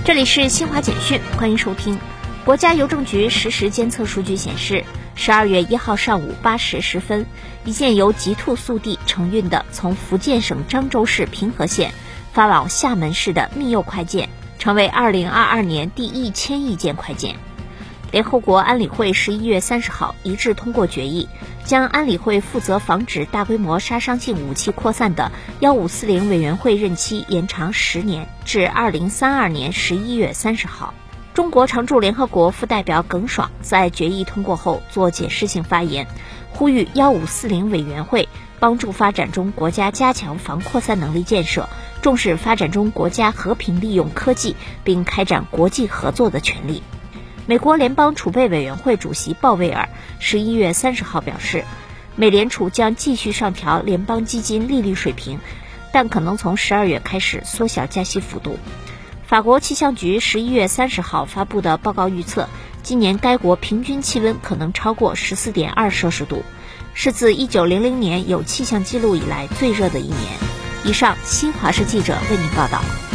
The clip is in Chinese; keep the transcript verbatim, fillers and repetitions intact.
这里是新华简讯，欢迎收听。国家邮政局实时监测数据显示，十二月一号上午八时十分，一件由极兔速递承运的从福建省漳州市平和县发往厦门市的密邮快件，成为二零二二年第一千亿件快件。联合国安理会十一月三十号一致通过决议，将安理会负责防止大规模杀伤性武器扩散的一五四零委员会任期延长十年，至二零三二年十一月三十号。中国常驻联合国副代表耿爽在决议通过后做解释性发言，呼吁一五四零委员会帮助发展中国家加强防扩散能力建设，重视发展中国家和平利用科技并开展国际合作的权利。美国联邦储备委员会主席鲍威尔十一月三十号表示，美联储将继续上调联邦基金利率水平，但可能从十二月开始缩小加息幅度。法国气象局十一月三十号发布的报告预测，今年该国平均气温可能超过 十四点二摄氏度，是自一九零零年有气象记录以来最热的一年。以上，新华社记者为您报道。